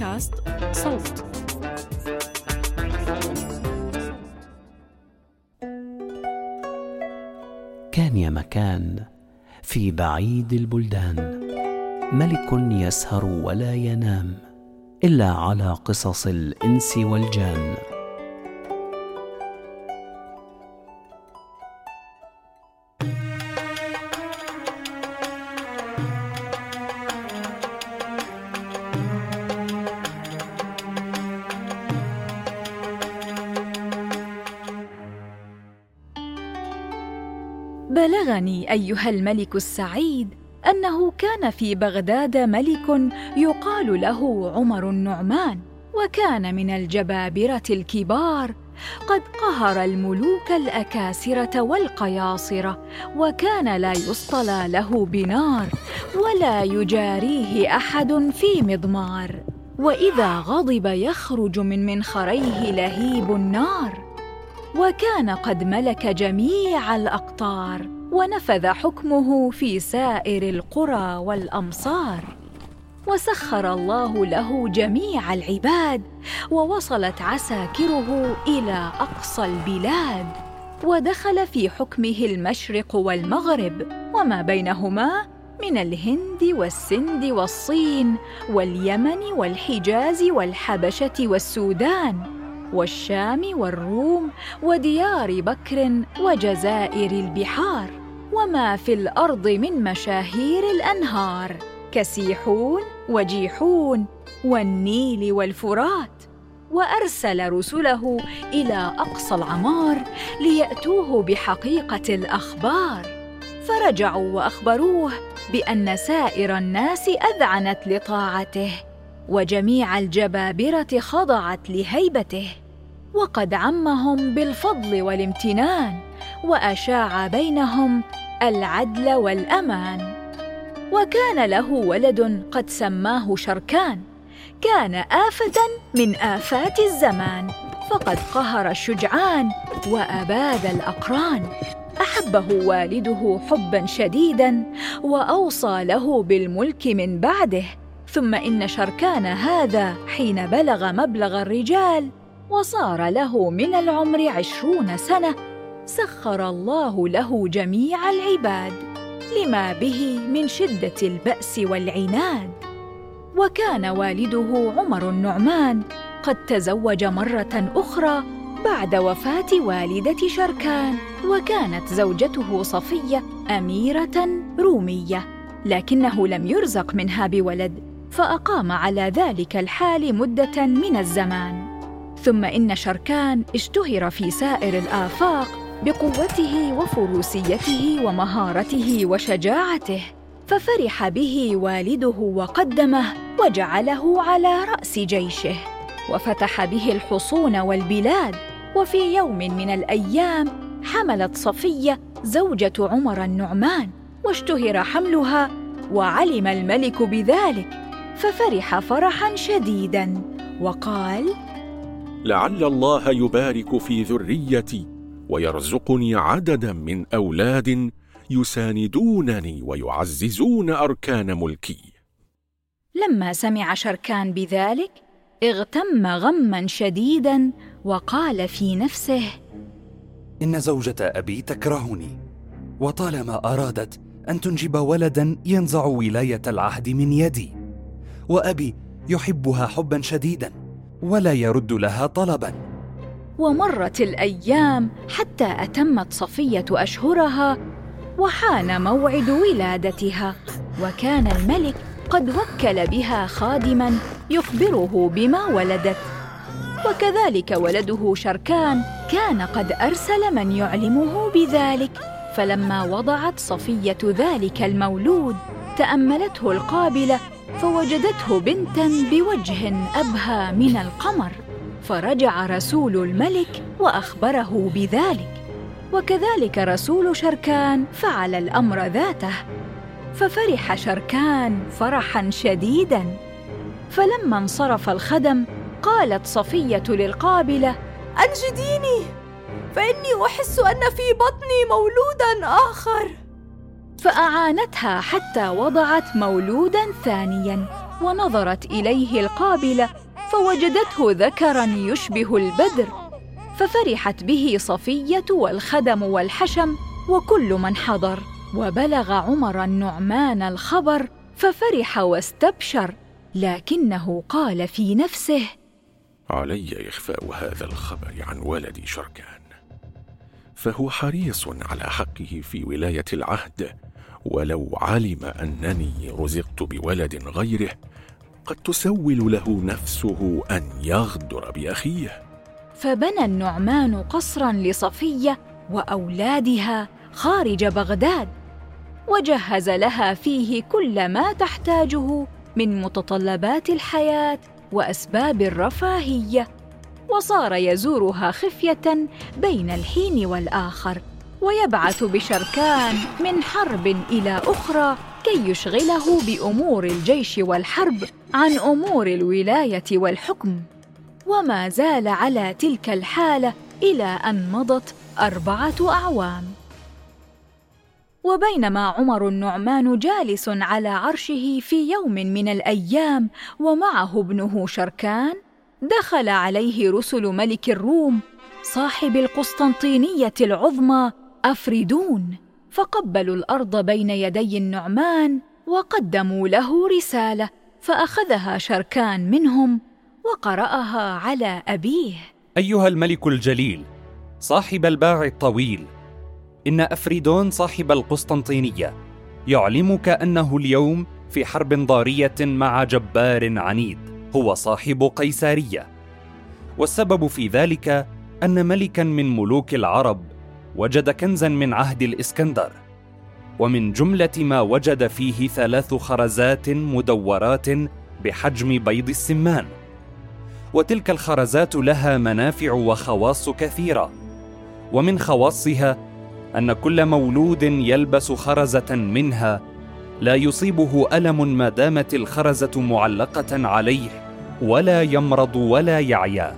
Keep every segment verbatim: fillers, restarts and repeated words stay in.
بودكاست صوت. كان يا مكان في بعيد البلدان ملك يسهر ولا ينام إلا على قصص الإنس والجان. بلغني أيها الملك السعيد أنه كان في بغداد ملك يقال له عمر النعمان، وكان من الجبابرة الكبار، قد قهر الملوك الأكاسرة والقياصرة، وكان لا يصطلى له بنار ولا يجاريه أحد في مضمار، وإذا غضب يخرج من منخريه لهيب النار، وكان قد ملك جميع الأقطار، ونفذ حكمه في سائر القرى والأمصار، وسخر الله له جميع العباد، ووصلت عساكره إلى أقصى البلاد، ودخل في حكمه المشرق والمغرب وما بينهما من الهند والسند والصين واليمن والحجاز والحبشة والسودان والشام والروم وديار بكر وجزائر البحار، وما في الأرض من مشاهير الأنهار كسيحون وجيحون والنيل والفرات، وأرسل رسله إلى أقصى العمار ليأتوه بحقيقة الأخبار، فرجعوا وأخبروه بأن سائر الناس أذعنت لطاعته، وجميع الجبابرة خضعت لهيبته، وقد عمهم بالفضل والامتنان، وأشاع بينهم العدل والأمان. وكان له ولد قد سماه شركان، كان آفة من آفات الزمان، فقد قهر الشجعان وأباد الأقران. أحبه والده حباً شديداً، وأوصى له بالملك من بعده. ثم إن شركان هذا حين بلغ مبلغ الرجال وصار له من العمر عشرون سنة، سخر الله له جميع العباد لما به من شدة البأس والعناد. وكان والده عمر النعمان قد تزوج مرة أخرى بعد وفاة والدة شركان، وكانت زوجته صفية أميرة رومية، لكنه لم يرزق منها بولد، فأقام على ذلك الحال مدة من الزمان. ثم إن شركان اشتهر في سائر الآفاق بقوته وفروسيته ومهارته وشجاعته، ففرح به والده وقدمه وجعله على رأس جيشه، وفتح به الحصون والبلاد. وفي يوم من الأيام حملت صفية زوجة عمر النعمان، واشتهر حملها، وعلم الملك بذلك، ففرح فرحاً شديداً وقال: لعل الله يبارك في ذريتي ويرزقني عدداً من أولاد يساندونني ويعززون أركان ملكي. لما سمع شركان بذلك اغتم غماً شديداً، وقال في نفسه: إن زوجة أبي تكرهني، وطالما أرادت أن تنجب ولداً ينزع ولاية العهد من يدي، وأبي يحبها حباً شديداً ولا يرد لها طلباً. ومرت الأيام حتى أتمت صفية أشهرها، وحان موعد ولادتها، وكان الملك قد وكل بها خادماً يخبره بما ولدت. وكذلك ولده شركان كان قد أرسل من يعلمه بذلك، فلما وضعت صفية ذلك المولود تأملته القابلة، فوجدته بنتاً بوجه أبهى من القمر، فرجع رسول الملك وأخبره بذلك، وكذلك رسول شركان فعل الأمر ذاته، ففرح شركان فرحاً شديداً. فلما انصرف الخدم قالت صفية للقابلة: أنجديني، فإني أحس أن في بطني مولوداً آخر. فأعانتها حتى وضعت مولوداً ثانياً، ونظرت إليه القابلة فوجدته ذكراً يشبه البدر، ففرحت به صفية والخدم والحشم وكل من حضر. وبلغ عمر النعمان الخبر ففرح واستبشر، لكنه قال في نفسه: علي إخفاء هذا الخبر عن ولدي شركان، فهو حريص على حقه في ولاية العهد، ولو علم أنني رزقت بولد غيره قد تسول له نفسه أن يغدر بأخيه. فبنى النعمان قصراً لصفية وأولادها خارج بغداد، وجهز لها فيه كل ما تحتاجه من متطلبات الحياة وأسباب الرفاهية، وصار يزورها خفية بين الحين والآخر، ويبعث بشركان من حرب إلى أخرى كي يشغله بأمور الجيش والحرب عن أمور الولاية والحكم. وما زال على تلك الحالة إلى أن مضت أربعة أعوام. وبينما عمر النعمان جالس على عرشه في يوم من الأيام ومعه ابنه شركان، دخل عليه رسل ملك الروم صاحب القسطنطينية العظمى أفريدون، فقبلوا الأرض بين يدي النعمان وقدموا له رسالة، فأخذها شركان منهم وقرأها على أبيه: أيها الملك الجليل صاحب الباع الطويل، إن أفريدون صاحب القسطنطينية يعلمك أنه اليوم في حرب ضارية مع جبار عنيد هو صاحب قيسارية، والسبب في ذلك أن ملكاً من ملوك العرب وجد كنزاً من عهد الإسكندر، ومن جملة ما وجد فيه ثلاث خرزات مدورات بحجم بيض السمان، وتلك الخرزات لها منافع وخواص كثيرة، ومن خواصها أن كل مولود يلبس خرزة منها لا يصيبه ألم ما دامت الخرزة معلقة عليه، ولا يمرض ولا يعيا.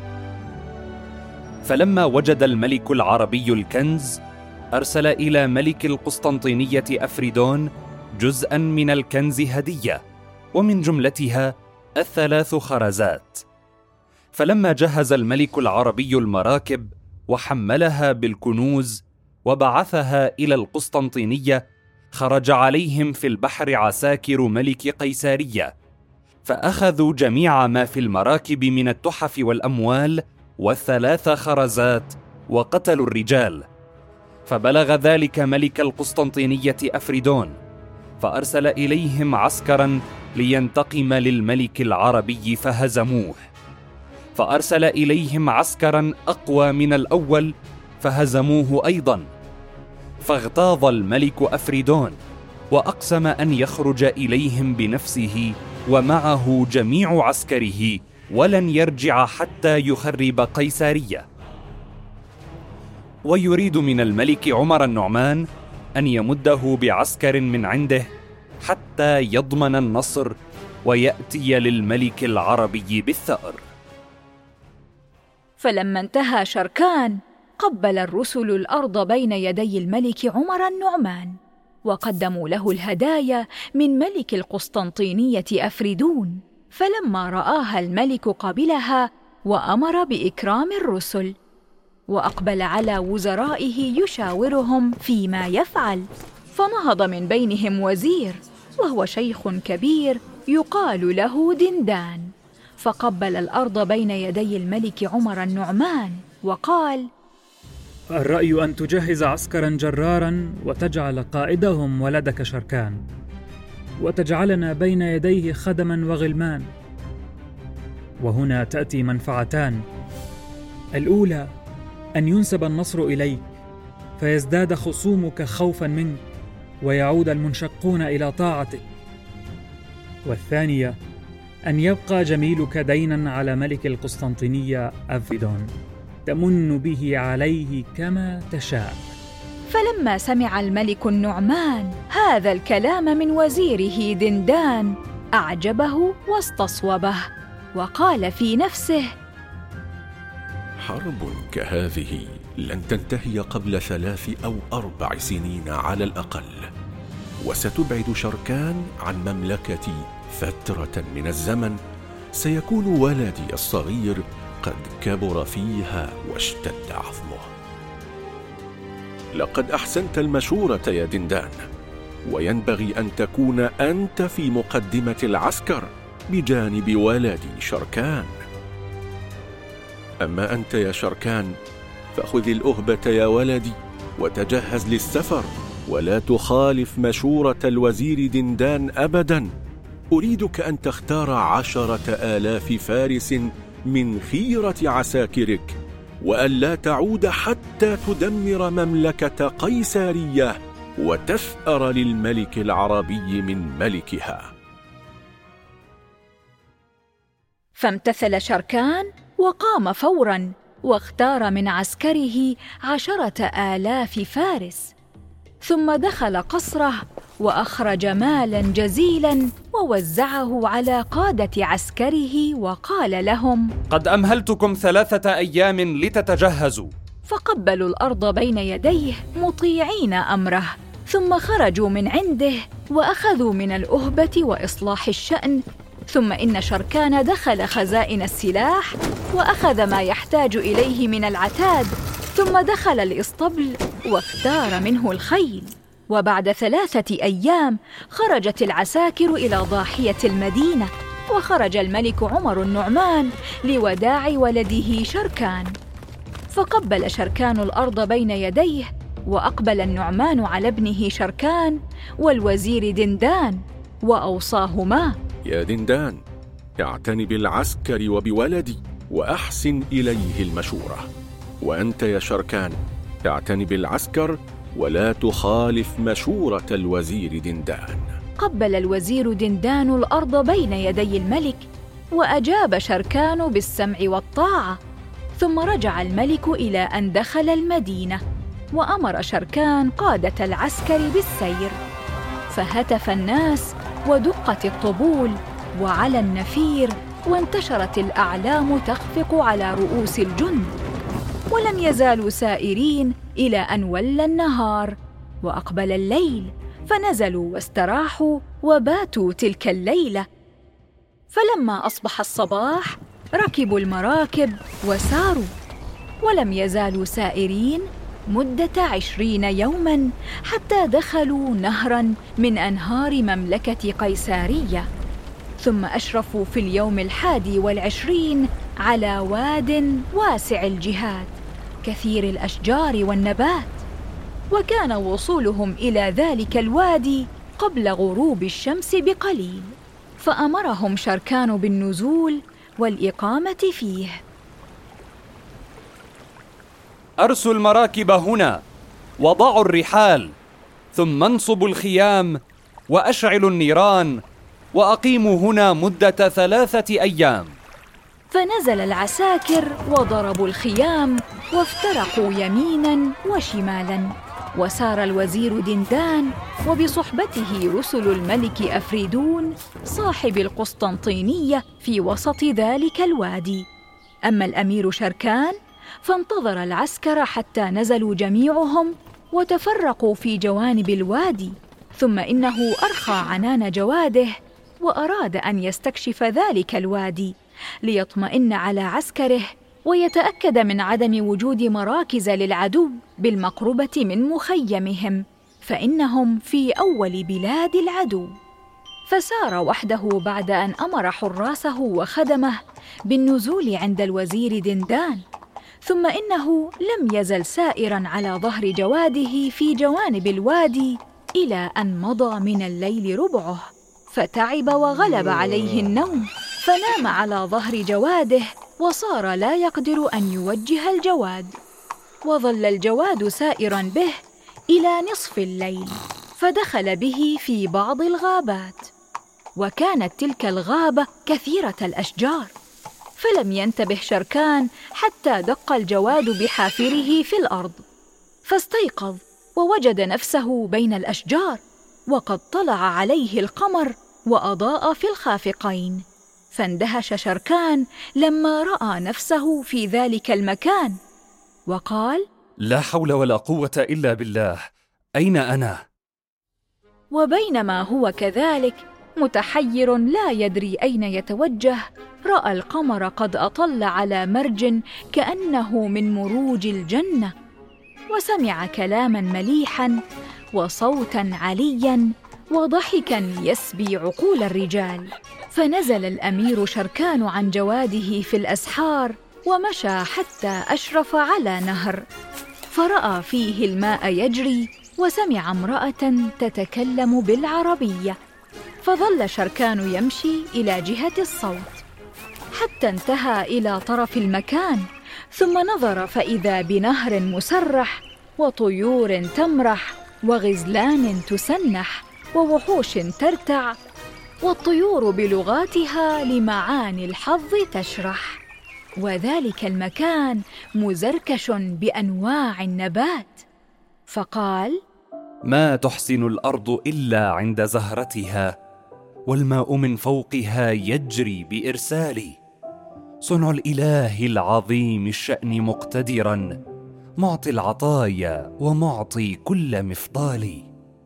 فلما وجد الملك العربي الكنز أرسل إلى ملك القسطنطينية أفريدون جزءاً من الكنز هدية، ومن جملتها الثلاث خرزات. فلما جهز الملك العربي المراكب وحملها بالكنوز وبعثها إلى القسطنطينية، خرج عليهم في البحر عساكر ملك قيسارية، فأخذوا جميع ما في المراكب من التحف والأموال والثلاث خرزات وقتلوا الرجال. فبلغ ذلك ملك القسطنطينية أفريدون، فأرسل إليهم عسكراً لينتقم للملك العربي فهزموه، فأرسل إليهم عسكراً أقوى من الأول فهزموه أيضاً. فاغتاظ الملك أفريدون وأقسم أن يخرج إليهم بنفسه ومعه جميع عسكره، ولن يرجع حتى يخرب قيسارية. ويريد من الملك عمر النعمان أن يمده بعسكر من عنده حتى يضمن النصر ويأتي للملك العربي بالثأر. فلما انتهى شركان قبل الرسل الأرض بين يدي الملك عمر النعمان، وقدموا له الهدايا من ملك القسطنطينية أفريدون. فلما رآها الملك قبلها وأمر بإكرام الرسل، وأقبل على وزرائه يشاورهم فيما يفعل، فنهض من بينهم وزير وهو شيخ كبير يقال له دندان، فقبل الأرض بين يدي الملك عمر النعمان وقال: الرأي أن تجهز عسكراً جراراً وتجعل قائدهم ولدك شركان، وتجعلنا بين يديه خدماً وغلمان. وهنا تأتي منفعتان: الأولى أن ينسب النصر إليك فيزداد خصومك خوفاً منك ويعود المنشقون إلى طاعتك، والثانية أن يبقى جميلك ديناً على ملك القسطنطينية أفريدون تمن به عليه كما تشاء. فلما سمع الملك النعمان هذا الكلام من وزيره دندان أعجبه واستصوبه، وقال في نفسه: حرب كهذه لن تنتهي قبل ثلاث أو أربع سنين على الأقل، وستبعد شركان عن مملكتي فترة من الزمن سيكون ولدي الصغير قد كبر فيها واشتد عظمه. لقد أحسنت المشورة يا دندان، وينبغي أن تكون أنت في مقدمة العسكر بجانب ولدي شركان. أما أنت يا شركان فخذ الأهبة يا ولدي وتجهز للسفر، ولا تخالف مشورة الوزير دندان أبدا. أريدك أن تختار عشرة آلاف فارس من خيرة عساكرك، وألا تعود حتى تدمر مملكة قيسارية وتثأر للملك العربي من ملكها. فامتثل شركان وقام فوراً، واختار من عسكره عشرة آلاف فارس، ثم دخل قصره وأخرج مالاً جزيلاً ووزعه على قادة عسكره وقال لهم: قد أمهلتكم ثلاثة أيام لتتجهزوا. فقبلوا الأرض بين يديه مطيعين أمره، ثم خرجوا من عنده وأخذوا من الأهبة وإصلاح الشأن. ثم إن شركان دخل خزائن السلاح وأخذ ما يحتاج إليه من العتاد، ثم دخل الإسطبل واختار منه الخيل. وبعد ثلاثة أيام خرجت العساكر إلى ضاحية المدينة، وخرج الملك عمر النعمان لوداع ولده شركان. فقبل شركان الأرض بين يديه، وأقبل النعمان على ابنه شركان والوزير دندان وأوصاهما: يا دندان، اعتني بالعسكر وبولدي وأحسن إليه المشورة. وأنت يا شركان اعتني بالعسكر ولا تخالف مشورة الوزير دندان. قبل الوزير دندان الأرض بين يدي الملك، وأجاب شركان بالسمع والطاعة. ثم رجع الملك إلى أن دخل المدينة، وأمر شركان قادة العسكر بالسير. فهتف الناس ودقت الطبول وعلى النفير، وانتشرت الأعلام تخفق على رؤوس الجند، ولم يزالوا سائرين إلى أن ولى النهار وأقبل الليل، فنزلوا واستراحوا وباتوا تلك الليلة. فلما أصبح الصباح ركبوا المراكب وساروا، ولم يزالوا سائرين مدة عشرين يوماً حتى دخلوا نهراً من أنهار مملكة قيسارية. ثم أشرفوا في اليوم الحادي والعشرين على واد واسع الجهات كثير الأشجار والنبات، وكان وصولهم إلى ذلك الوادي قبل غروب الشمس بقليل، فأمرهم شركان بالنزول والإقامة فيه. أرسوا المراكب هنا وضعوا الرحال، ثم انصبوا الخيام وأشعلوا النيران، وأقيموا هنا مدة ثلاثة أيام. فنزل العساكر وضربوا الخيام وافترقوا يميناً وشمالاً، وسار الوزير دندان وبصحبته رسل الملك أفريدون صاحب القسطنطينية في وسط ذلك الوادي. أما الأمير شركان فانتظر العسكر حتى نزلوا جميعهم وتفرقوا في جوانب الوادي، ثم إنه أرخى عنان جواده وأراد أن يستكشف ذلك الوادي ليطمئن على عسكره ويتأكد من عدم وجود مراكز للعدو بالمقربة من مخيمهم، فإنهم في أول بلاد العدو. فسار وحده بعد أن أمر حراسه وخدمه بالنزول عند الوزير دندان، ثم إنه لم يزل سائراً على ظهر جواده في جوانب الوادي إلى أن مضى من الليل ربعه، فتعب وغلب عليه النوم، فنام على ظهر جواده وصار لا يقدر أن يوجه الجواد. وظل الجواد سائراً به إلى نصف الليل، فدخل به في بعض الغابات، وكانت تلك الغابة كثيرة الأشجار، فلم ينتبه شركان حتى دق الجواد بحافره في الأرض، فاستيقظ ووجد نفسه بين الأشجار، وقد طلع عليه القمر وأضاء في الخافقين. فاندهش شركان لما رأى نفسه في ذلك المكان، وقال: لا حول ولا قوة إلا بالله، أين أنا؟ وبينما هو كذلك متحير لا يدري أين يتوجه، رأى القمر قد أطل على مرج كأنه من مروج الجنة، وسمع كلاما مليحا وصوتا عليا وضحكا يسبي عقول الرجال. فنزل الأمير شركان عن جواده في الأسحار ومشى حتى أشرف على نهر، فرأى فيه الماء يجري وسمع امرأة تتكلم بالعربية، فظل شركان يمشي إلى جهة الصوت حتى انتهى إلى طرف المكان، ثم نظر فإذا بنهر مسرح وطيور تمرح وغزلان تسنح ووحوش ترتع، والطيور بلغاتها لمعاني الحظ تشرح، وذلك المكان مزركش بأنواع النبات. فقال: ما تحسن الأرض إلا عند زهرتها، والماء من فوقها يجري بإرسال، صنع الإله العظيم الشأن مقتدرا، معطي العطايا ومعطي كل مفضال.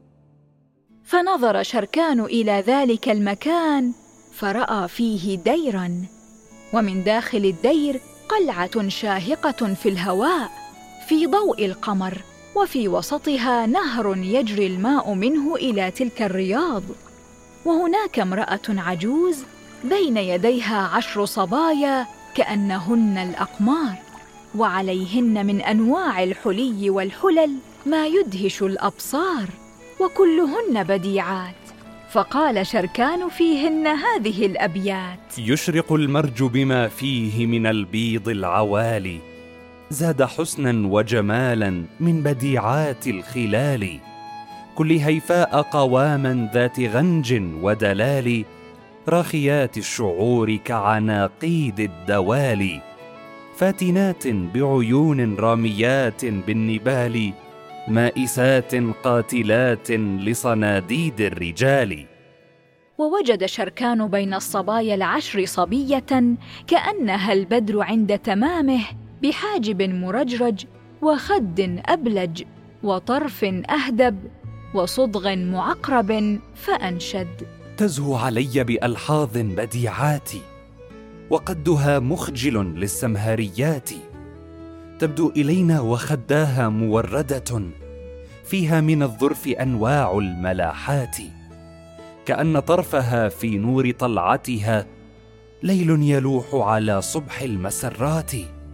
فنظر شركان إلى ذلك المكان فرأى فيه ديرا، ومن داخل الدير قلعة شاهقة في الهواء في ضوء القمر، وفي وسطها نهر يجري الماء منه إلى تلك الرياض، وهناك امرأة عجوز بين يديها عشر صبايا كأنهن الأقمار، وعليهن من أنواع الحلي والحلل ما يدهش الأبصار، وكلهن بديعات. فقال شركان فيهن هذه الأبيات: يشرق المرج بما فيه من البيض العوالي، زاد حسنا وجمالا من بديعات الخلال، كل هيفاء قواما ذات غنج ودلال، راخيات الشعور كعناقيد الدوالي، فاتنات بعيون راميات بالنبال، مائسات قاتلات لصناديد الرجال. ووجد شركان بين الصبايا العشر صبية كأنها البدر عند تمامه، بحاجب مرجرج وخد أبلج وطرف أهدب وصدغ معقرب، فأنشد: تزهو علي بألحاظ بديعات، وقدها مخجل للسمهريات، تبدو إلينا وخداها موردة، فيها من الظرف أنواع الملاحات، كأن طرفها في نور طلعتها ليل يلوح على صبح المسرات.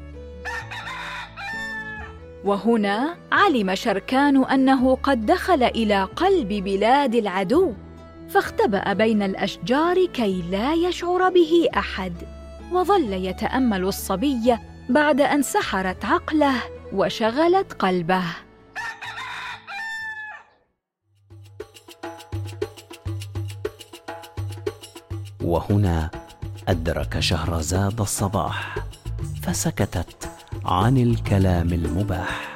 وهنا علم شركان أنه قد دخل إلى قلب بلاد العدو، فاختبأ بين الأشجار كي لا يشعر به أحد، وظل يتأمل الصبية بعد أن سحرت عقله وشغلت قلبه. وهنا أدرك شهرزاد الصباح، فسكتت عن الكلام المباح.